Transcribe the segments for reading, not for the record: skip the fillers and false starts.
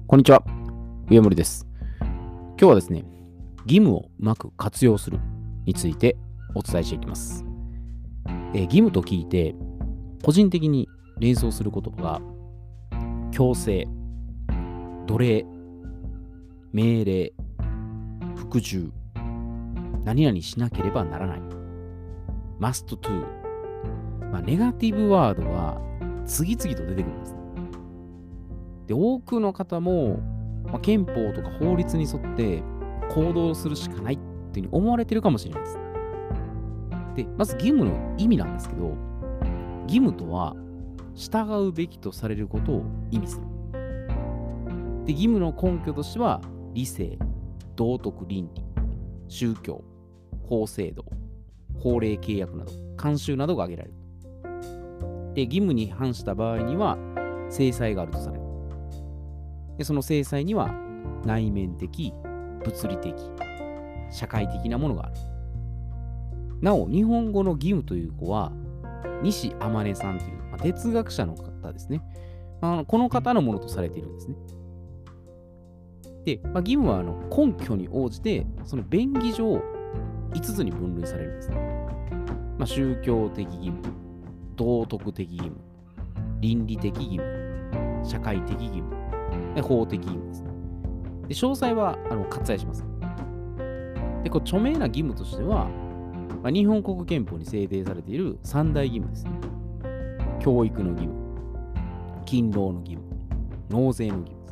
こんにちは、上森です。今日はですね、義務をうまく活用するについてお伝えしていきます。義務と聞いて、個人的に連想する言葉が、強制、奴隷、命令、服従、何々しなければならない、must to、ネガティブワードが次々と出てくるんです。で、多くの方も、憲法とか法律に沿って行動するしかないっていうふうに思われてるかもしれないです。で、まず義務の意味なんですけど、義務とは従うべきとされることを意味する。で、義務の根拠としては理性、道徳倫理、宗教、法制度、法令契約など、慣習などが挙げられる。で、義務に反した場合には制裁があるとされる。で、その制裁には内面的、物理的、社会的なものがある。なお、日本語の義務という語は、西天音さんという、哲学者の方ですね。この方のものとされているんですね。で、義務は根拠に応じて、その便宜上5つに分類されるんですね。宗教的義務、道徳的義務、倫理的義務、社会的義務、法的義務ですね。で、詳細は割愛します。で、著名な義務としては、日本国憲法に制定されている三大義務ですね。教育の義務、勤労の義務、納税の義務です。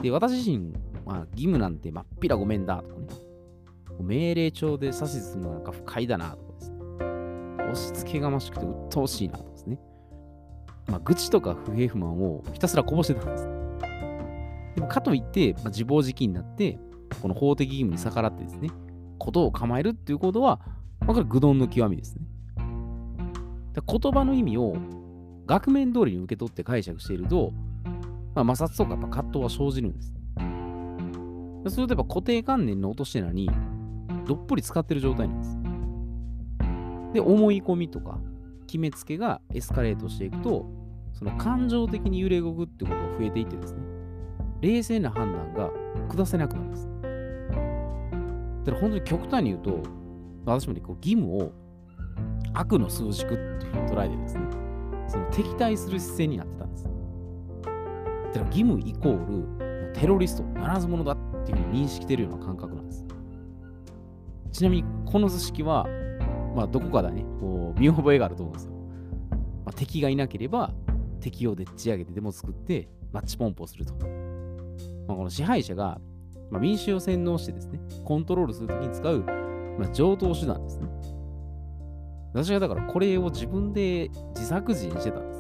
で、私自身、義務なんてまっぴらごめんだとかね、命令帳で指図するのなんか不快だなとかですね、押し付けがましくて鬱陶しいなとかですね、愚痴とか不平不満をひたすらこぼしてたんです。でもかといって、自暴自棄になって、この法的義務に逆らってですね、事を構えるっていうことは、これ愚鈍の極みですね。で、言葉の意味を額面通りに受け取って解釈していると、摩擦とか葛藤は生じるんです。それと固定観念の落とし穴にどっぷり使ってる状態なんです。で、思い込みとか決めつけがエスカレートしていくと、その感情的に揺れ動くってことが増えていってですね、冷静な判断が下せなくなるんです。だから本当に極端に言うと、私もね、義務を悪の数軸っていう捉えてですね、その敵対する姿勢になってたんです。だから義務イコールテロリスト、ならず者だっていうふうに認識しているような感覚なんです。ちなみにこの図式は、どこかでね、見覚えがあると思うんですよ。敵がいなければ敵をでっち上げてでも作ってマッチポンプをすると。この支配者が、民衆を洗脳してですね、コントロールするときに使う、常套手段ですね。私はだからこれを自分で自作自演してたんです。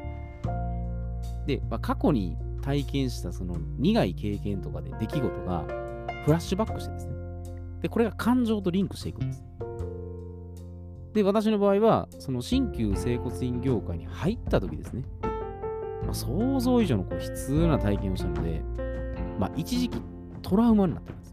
で、過去に体験したその苦い経験とかで出来事がフラッシュバックしてですね。で、これが感情とリンクしていくんです。で、私の場合は、その鍼灸整骨院業界に入った時ですね。想像以上の悲痛な体験をしたので、一時期トラウマになってます。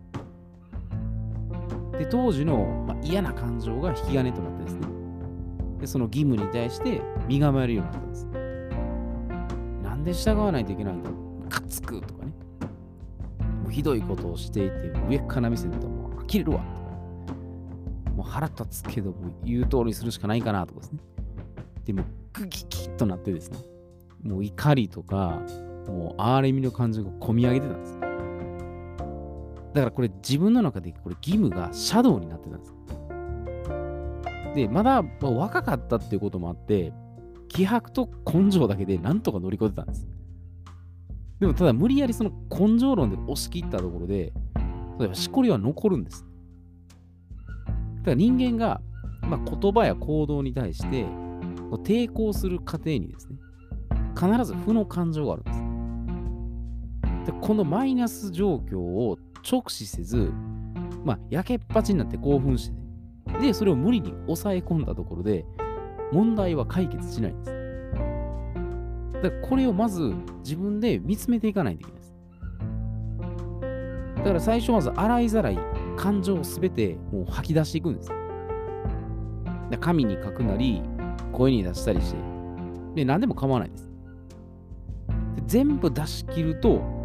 で、当時の、嫌な感情が引き金となってですね。で、その義務に対して身構えるようになったんです。なんで従わないといけないんだ、かっつくとかね。もうひどいことをしていて、上から見せるともう呆れるわとか、もう腹立つけども言う通りにするしかないかなとかですね。でもグギギッとなってですね、もう怒りとか、もう哀れみの感情が込み上げてたんです。だからこれ自分の中でこれ義務がシャドウになってたんです。で、まだ若かったっていうこともあって、気迫と根性だけでなんとか乗り越えてたんです。でもただ無理やりその根性論で押し切ったところで、例えばしこりは残るんです。だから人間が、言葉や行動に対して抵抗する過程にですね、必ず負の感情があるんです。で、このマイナス状況を直視せず、やけっぱちになって興奮して、ね、で、それを無理に抑え込んだところで、問題は解決しないんです。だからこれをまず自分で見つめていかないといけないです。だから最初まず洗いざらい感情をすべてもう吐き出していくんです。で、紙に書くなり、声に出したりして、で、何でも構わないです。で、全部出し切ると、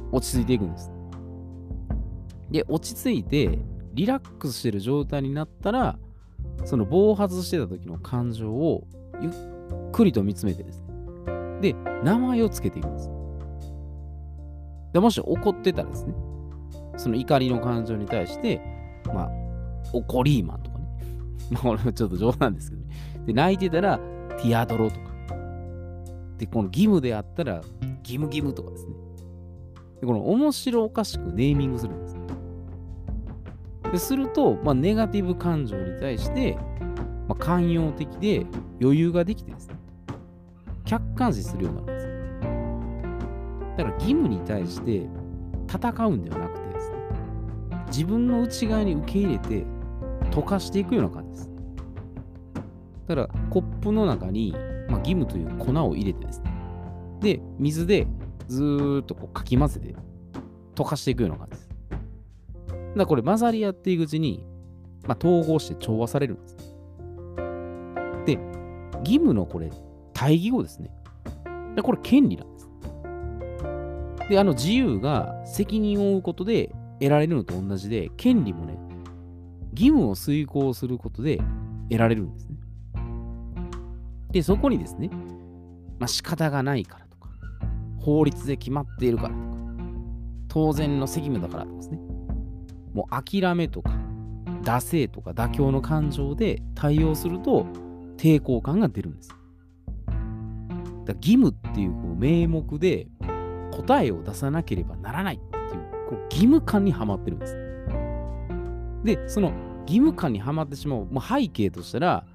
落ち着いていくんです。で、落ち着いて、リラックスしてる状態になったら、その暴発してた時の感情をゆっくりと見つめてですね。で、名前をつけていくんです。で、もし怒ってたらですね、その怒りの感情に対して、まあ、怒りーマンとかね。まあ、これはちょっと冗談ですけどね。で、泣いてたら、ティアドロとか。で、この義務であったら、義務義務とかですね。で、この面白おかしくネーミングするんです。ですると、ネガティブ感情に対して、寛容的で余裕ができてですね、客観視するようになるんです。だから義務に対して戦うんではなくてですね、自分の内側に受け入れて溶かしていくような感じです。だからコップの中に、義務という粉を入れてですね、で、水でずーっとかき混ぜて溶かしていくような感じです。だからこれ混ざり合っていくうちに、統合して調和されるんです。で、義務のこれ、対義語ですね。で、これ権利なんです。で、自由が責任を負うことで得られるのと同じで、権利もね、義務を遂行することで得られるんですね。で、そこにですね、仕方がないからとか、法律で決まっているからとか、当然の責務だからとかですね、もう諦めとか、惰性とか妥協の感情で対応すると抵抗感が出るんです。だから義務っていう名目で答えを出さなければならないっていうこう義務感にはまってるんです。で、その義務感にはまってしまう、背景としたら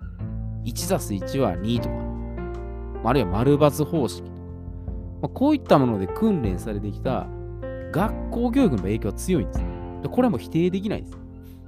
1+1 は2とか、あるいは丸×方式とか、こういったもので訓練されてきた学校教育の影響は強いんです。これはもう否定できないです。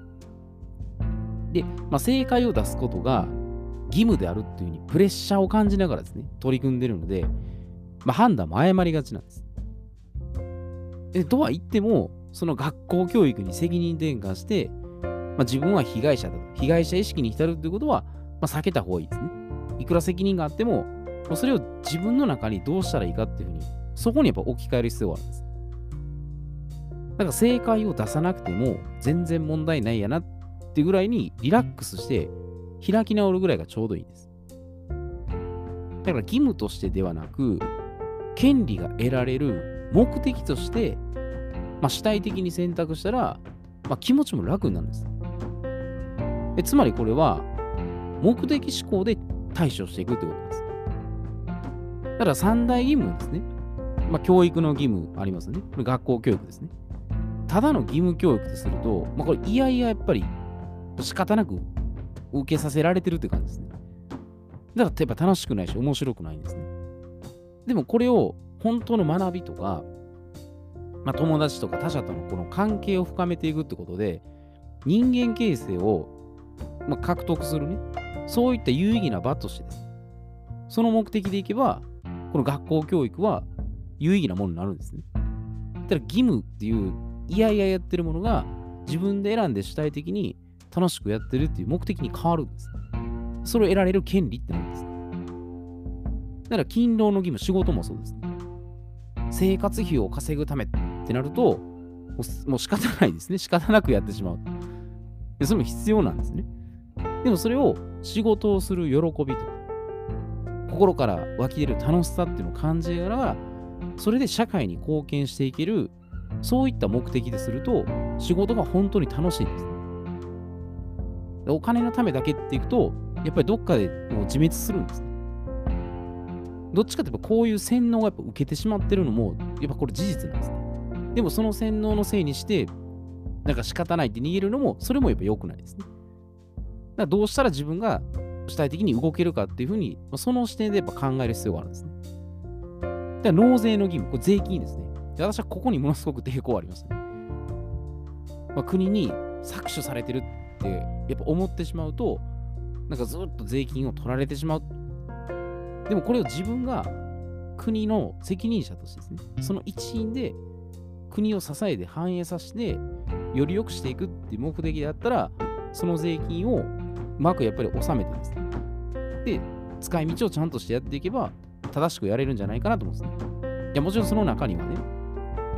で、正解を出すことが義務であるっていうふうにプレッシャーを感じながらですね、取り組んでるので、判断も誤りがちなんです。で、とは言っても、その学校教育に責任転嫁して、自分は被害者だと、被害者意識に浸るということは、避けた方がいいですね。いくら責任があっても、それを自分の中にどうしたらいいかっていうふうに、そこにやっぱ置き換える必要があるんです。だから正解を出さなくても全然問題ないやなってぐらいにリラックスして開き直るぐらいがちょうどいいんです。だから義務としてではなく、権利が得られる目的として、主体的に選択したら、気持ちも楽になるんです。つまりこれは目的思考で対処していくってことなんです。だから三大義務ですね。教育の義務ありますね。これ学校教育ですね。ただの義務教育とすると、これいやいややっぱり仕方なく受けさせられてるって感じですね。だからやっぱ楽しくないし面白くないんですね。でもこれを本当の学びとか、友達とか他者とのこの関係を深めていくってことで、人間形成を獲得するね、そういった有意義な場としてです。その目的でいけば、この学校教育は有意義なものになるんですね。だから義務っていういやいややってるものが自分で選んで主体的に楽しくやってるっていう目的に変わるんです。それを得られる権利ってなんです。だから勤労の義務、仕事もそうです。生活費を稼ぐためってなると、もう仕方ないですね。仕方なくやってしまう。でそれも必要なんですね。でもそれを仕事をする喜びとか、心から湧き出る楽しさっていうのを感じながら、それで社会に貢献していける、そういった目的ですると、仕事が本当に楽しいんです。お金のためだけっていくと、やっぱりどっかでもう自滅するんです。どっちかっていうとこういう洗脳がやっぱ受けてしまってるのも、やっぱこれ事実なんですね。でもその洗脳のせいにして、仕方ないって逃げるのも、それもやっぱ良くないですね。だからどうしたら自分が主体的に動けるかっていうふうに、その視点でやっぱ考える必要があるんですね。だから納税の義務、これ税金ですね。で私はここにものすごく抵抗ありますね。国に搾取されてるってやっぱ思ってしまうと、ずっと税金を取られてしまう。でもこれを自分が国の責任者としてですね、その一員で国を支えて反映させて、より良くしていくっていう目的であったら、その税金をうまくやっぱり納めてですね、で、使い道をちゃんとしてやっていけば、正しくやれるんじゃないかなと思うんですね。いや、もちろんその中にはね、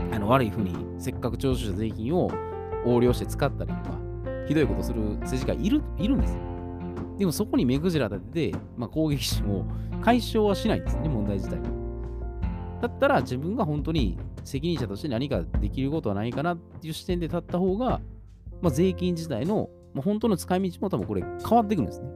悪いふうにせっかく徴収した税金を横領して使ったりとか、ひどいことする政治家いるんですよ。でもそこに目くじら立てて、攻撃しても解消はしないんですね、問題自体。だったら自分が本当に責任者として何かできることはないかなっていう視点で立った方が、税金自体の、本当の使い道も多分これ変わってくるんですね。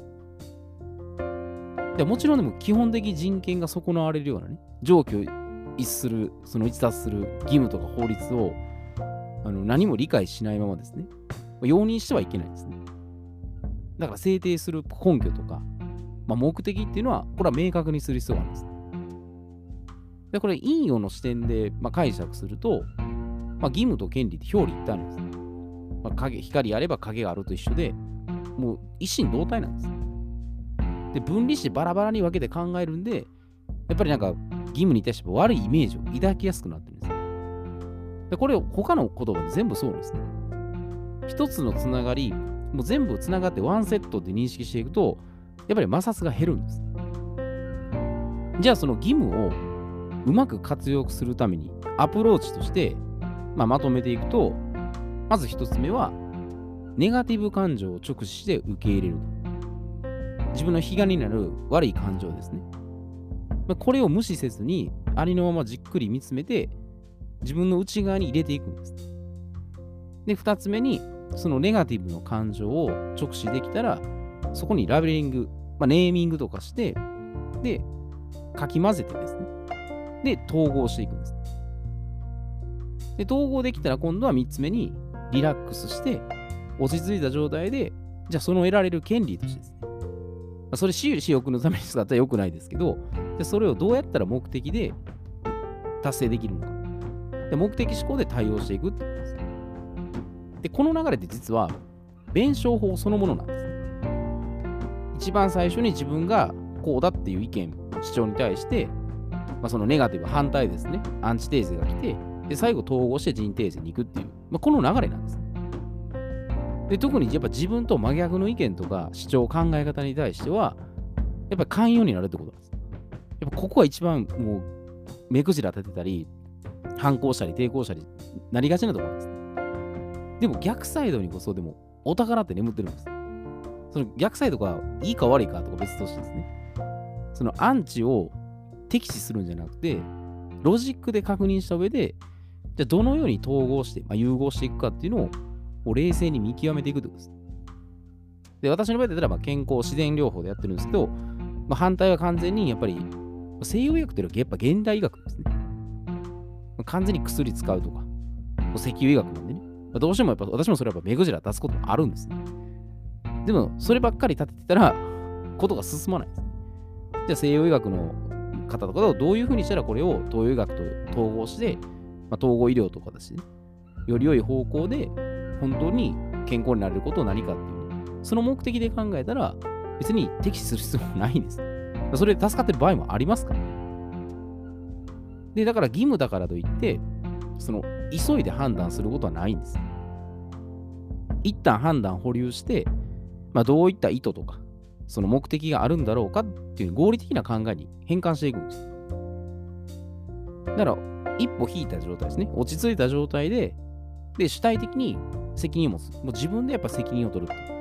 でもちろんでも基本的人権が損なわれるようなね、上記を逸脱する義務とか法律を何も理解しないままですね、容認してはいけないんですね。だから制定する根拠とか、目的っていうのは、これは明確にする必要があるんです。で、これ、引用の視点で、解釈すると、義務と権利って表裏一体なんです。光あれば影があると一緒で、もう一心同体なんです。で、分離してバラバラに分けて考えるんで、やっぱりなんか義務に対して悪いイメージを抱きやすくなってるんです。で、これを他の言葉で全部そうですね。一つのつながり、もう全部つながってワンセットで認識していくと、やっぱり摩擦が減るんです。じゃあその義務をうまく活用するためにアプローチとして、まとめていくと、まず一つ目は、ネガティブ感情を直視して受け入れる。自分の悲願になる悪い感情ですね。これを無視せずに、ありのままじっくり見つめて、自分の内側に入れていくんです。で、二つ目に、そのネガティブの感情を直視できたら、そこにラベリング、ネーミングとかして、で、かき混ぜてですね。で、統合していくんです。で、統合できたら今度は3つ目にリラックスして落ち着いた状態で、じゃあその得られる権利としてですね。それ私利私欲のために使ったら良くないですけど、でそれをどうやったら目的で達成できるのか。で目的思考で対応していくってことです。で、この流れって実は弁証法そのものなんですね。一番最初に自分がこうだっていう意見、主張に対して、そのネガティブ反対ですね、アンチテーゼが来て、で、最後統合して人テーゼに行くっていう、この流れなんですね。で、特にやっぱ自分と真逆の意見とか主張、考え方に対しては、やっぱり寛容になるってことなんです。やっぱここが一番もう目くじら立てたり、反抗したり抵抗したりなりがちなところなんですね。でも逆サイドにこそでもお宝って眠ってるんです。その逆サイドがいいか悪いかとか別としてですね、そのアンチを敵視するんじゃなくて、ロジックで確認した上で、じゃあどのように統合して、融合していくかっていうのを冷静に見極めていくってことです。で、私の場合だったら健康自然療法でやってるんですけど、反対は完全にやっぱり西洋医学っていうのはやっぱ現代医学ですね。完全に薬使うとか、石油医学なんでね。どうしてもやっぱ私もそれはやっぱ目くじら出すこともあるんですね。でもそればっかり立ててたらことが進まないですね。じゃあ西洋医学の方とかをどういうふうにしたらこれを東洋医学と統合して、統合医療とかだしね、より良い方向で本当に健康になれることは何かっていう、ね、その目的で考えたら別に敵視する必要もないんです。それで助かってる場合もありますから。で、だから義務だからといって、その急いで判断することはないんです。一旦判断保留して、どういった意図とか、その目的があるんだろうかっていう合理的な考えに変換していくんです。だから、一歩引いた状態ですね。落ち着いた状態で、主体的に責任を持つ。もう自分でやっぱ責任を取るっていう。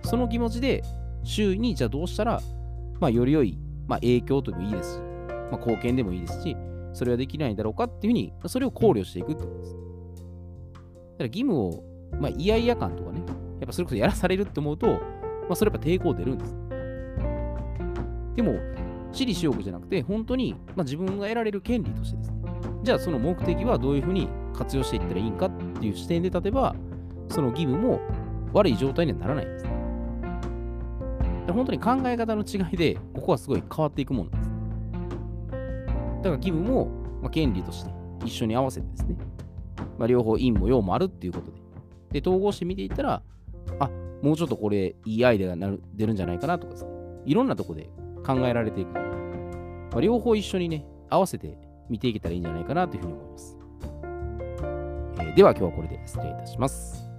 その気持ちで、周囲にじゃあどうしたら、より良い、影響ともいいですし、貢献でもいいですし、それはできないんだろうかっていうふうに、それを考慮していくってことです。だから義務を、嫌々感とかね、やっぱそれこそやらされるって思うと、それやっぱ抵抗出るんです。でも、私利私欲じゃなくて、本当に、自分が得られる権利としてですね、じゃあその目的はどういうふうに活用していったらいいんかっていう視点で立てば、その義務も悪い状態にはならないんです。本当に考え方の違いで、ここはすごい変わっていくものなんです。だから義務も、権利として一緒に合わせてですね、両方陰も陽もあるっていうことで、統合して見ていったら、もうちょっとこれいいアイデアが出るんじゃないかなとかですね、いろんなとこで考えられていく。両方一緒にね、合わせて見ていけたらいいんじゃないかなというふうに思います。では今日はこれで失礼いたします。